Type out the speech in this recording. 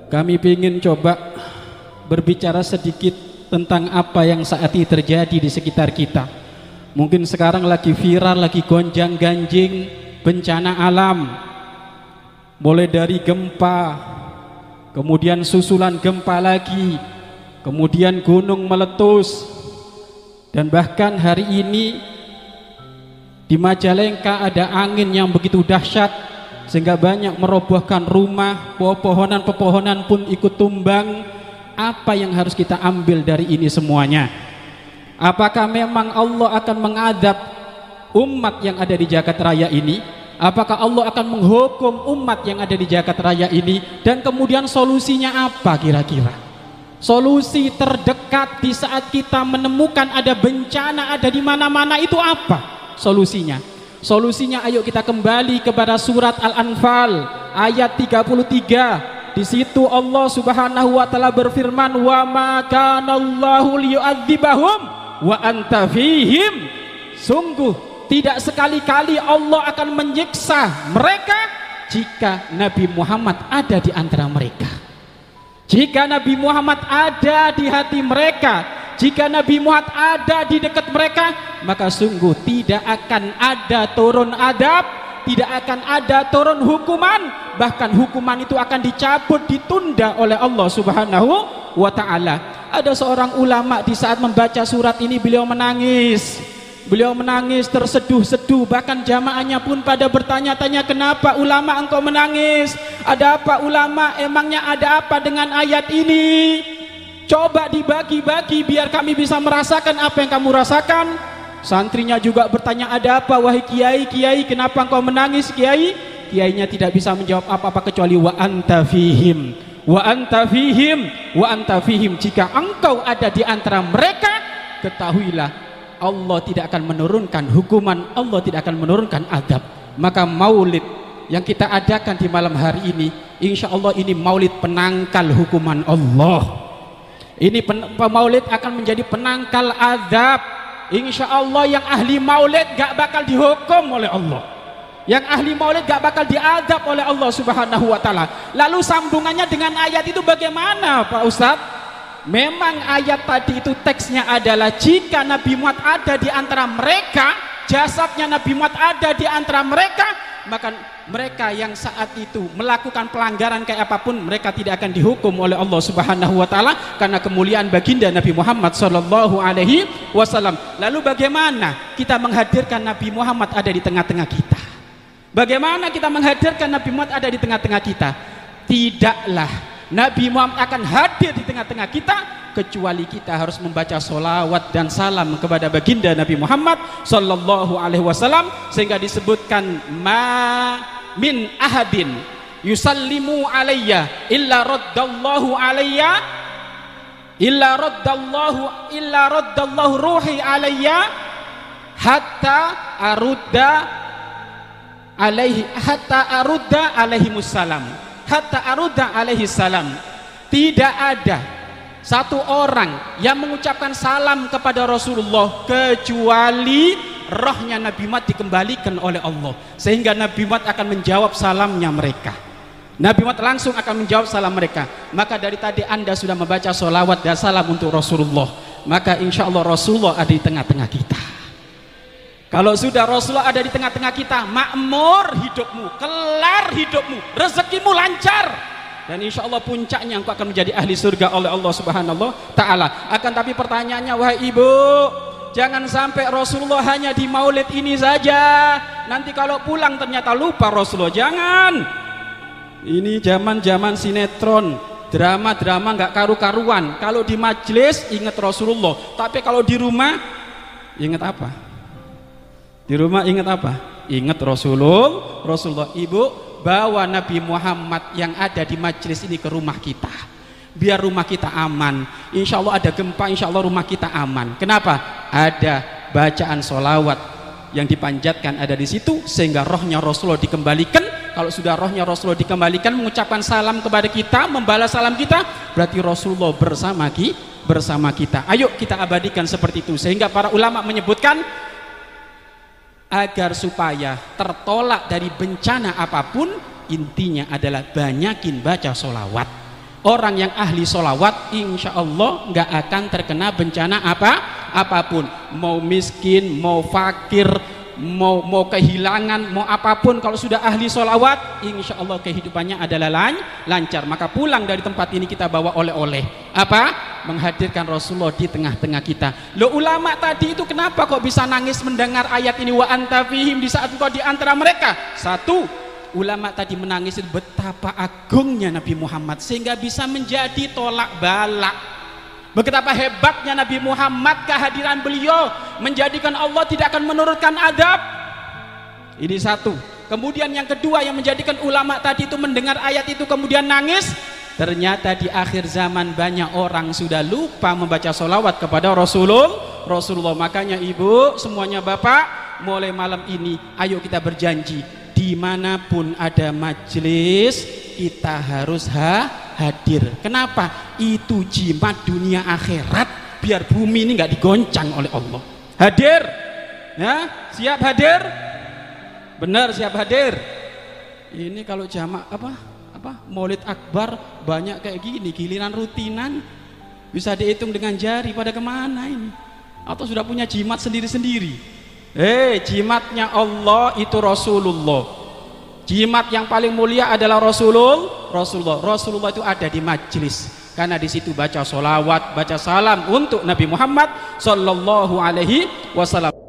Kami ingin coba berbicara sedikit tentang apa yang saat ini terjadi di sekitar kita. Mungkin sekarang lagi viral, lagi gonjang ganjing bencana alam. Mulai dari gempa, kemudian susulan gempa lagi, kemudian gunung meletus, dan bahkan hari ini di Majalengka ada angin yang begitu dahsyat sehingga banyak merobohkan rumah, pepohonan-pepohonan pun ikut tumbang. Apa yang harus kita ambil dari ini semuanya? Apakah memang Allah akan mengadab umat yang ada di jagat raya ini? Apakah Allah akan menghukum umat yang ada di jagat raya ini? Dan kemudian solusinya apa kira-kira? Solusi terdekat di saat kita menemukan ada bencana ada di mana-mana itu apa solusinya? Solusinya ayo kita kembali kepada surat Al-Anfal ayat 33. Di situ Allah Subhanahu wa taala berfirman, "Wa ma kana Allahu liyu'adzibahum wa anta fihim." Sungguh tidak sekali-kali Allah akan menyiksa mereka jika Nabi Muhammad ada di antara mereka. Jika Nabi Muhammad ada di hati mereka, jika Nabi Muhammad ada di dekat mereka, maka sungguh tidak akan ada turun adab, tidak akan ada turun hukuman, bahkan hukuman itu akan dicabut, ditunda oleh Allah Subhanahu wa ta'ala. Ada seorang ulama di saat membaca surat ini beliau menangis. Beliau menangis terseduh-seduh, bahkan jamaahnya pun pada bertanya-tanya, kenapa ulama engkau menangis? Ada apa ulama? Emangnya ada apa dengan ayat ini? Coba dibagi-bagi biar kami bisa merasakan apa yang kamu rasakan. Santrinya juga bertanya, ada apa wahai kiai? Kiai, kenapa engkau menangis kiai? Kiainya tidak bisa menjawab apa-apa kecuali wa anta fihim, wa anta fihim, wa anta fihim. Jika engkau ada di antara mereka, ketahuilah Allah tidak akan menurunkan hukuman, Allah tidak akan menurunkan adab. Maka maulid yang kita adakan di malam hari ini, insya Allah ini maulid penangkal hukuman Allah. Ini maulid akan menjadi penangkal azab. Insya Allah yang ahli maulid gak bakal dihukum oleh Allah. Yang ahli maulid gak bakal diadab oleh Allah Subhanahu wa ta'ala. Lalu sambungannya dengan ayat itu bagaimana Pak Ustadz? Memang ayat tadi itu teksnya adalah jika Nabi Muhammad ada di antara mereka, jasadnya Nabi Muhammad ada di antara mereka, maka mereka yang saat itu melakukan pelanggaran kayak apapun, mereka tidak akan dihukum oleh Allah Subhanahu wa taala karena kemuliaan baginda Nabi Muhammad sallallahu alaihi wasallam. Lalu bagaimana kita menghadirkan Nabi Muhammad ada di tengah-tengah kita? Bagaimana kita menghadirkan Nabi Muhammad ada di tengah-tengah kita? Tidaklah Nabi Muhammad akan hadir di tengah-tengah kita kecuali kita harus membaca solawat dan salam kepada baginda Nabi Muhammad sallallahu alaihi wasallam, sehingga disebutkan ma min ahadin yusallimu alayya illa raddallahu alayya illa raddallahu ruhi alayya hatta arudda alaihi musallam, hatta arudda alaihi salam. Tidak ada satu orang yang mengucapkan salam kepada Rasulullah kecuali rohnya Nabi Muhammad dikembalikan oleh Allah, sehingga Nabi Muhammad akan menjawab salamnya mereka. Nabi Muhammad langsung akan menjawab salam mereka. Maka dari tadi Anda sudah membaca sholawat dan salam untuk Rasulullah, maka insya Allah Rasulullah ada di tengah-tengah kita. Kalau sudah Rasulullah ada di tengah-tengah kita, makmur hidupmu, kelar hidupmu, rezekimu lancar, dan insya Allah puncaknya engkau akan menjadi ahli surga oleh Allah Subhanahu ta'ala. Akan tapi pertanyaannya, wahai ibu, jangan sampai Rasulullah hanya di maulid ini saja, nanti kalau pulang ternyata lupa Rasulullah. Jangan. Ini zaman-zaman sinetron, drama-drama nggak karu-karuan. Kalau di majelis ingat Rasulullah, tapi kalau di rumah ingat apa? Di rumah ingat apa? Ingat Rasulullah. Ibu, bawa Nabi Muhammad yang ada di majelis ini ke rumah kita, biar rumah kita aman. Insya Allah ada gempa, insya Allah rumah kita aman. Kenapa? Ada bacaan sholawat yang dipanjatkan ada di situ, sehingga rohnya Rasulullah dikembalikan. Kalau sudah rohnya Rasulullah dikembalikan, mengucapkan salam kepada kita, membalas salam kita, berarti Rasulullah bersama kita. Ayo kita abadikan seperti itu. Sehingga para ulama menyebutkan, agar supaya tertolak dari bencana apapun, intinya adalah banyakin baca sholawat. Orang yang ahli solawat insya Allah nggak akan terkena bencana apapun, mau miskin, mau fakir, mau kehilangan, mau apapun. Kalau sudah ahli solawat insya Allah kehidupannya adalah lancar. Maka pulang dari tempat ini kita bawa oleh-oleh apa? Menghadirkan Rasulullah di tengah-tengah kita. Lo ulama tadi itu kenapa kok bisa nangis mendengar ayat ini, wa anta fihim, di saat engkau di antara mereka? Satu, ulama tadi menangis itu betapa agungnya Nabi Muhammad sehingga bisa menjadi tolak balak. Betapa hebatnya Nabi Muhammad, kehadiran beliau menjadikan Allah tidak akan menurunkan adab. Ini satu. Kemudian yang kedua yang menjadikan ulama tadi itu mendengar ayat itu kemudian nangis, ternyata di akhir zaman banyak orang sudah lupa membaca sholawat kepada Rasulullah. Makanya ibu, semuanya bapak, mulai malam ini ayo kita berjanji, dimanapun ada majelis kita harus hadir. Kenapa? Itu jimat dunia akhirat, biar bumi ini nggak digoncang oleh Allah. Hadir, ya, siap hadir, benar siap hadir. Ini kalau jamak Maulid Akbar banyak kayak gini, giliran rutinan bisa dihitung dengan jari, pada kemana ini? Atau sudah punya jimat sendiri-sendiri? Jimatnya Allah itu Rasulullah. Jimat yang paling mulia adalah Rasulullah itu ada di majelis, karena di situ baca sholawat, baca salam untuk Nabi Muhammad sallallahu alaihi wasallam.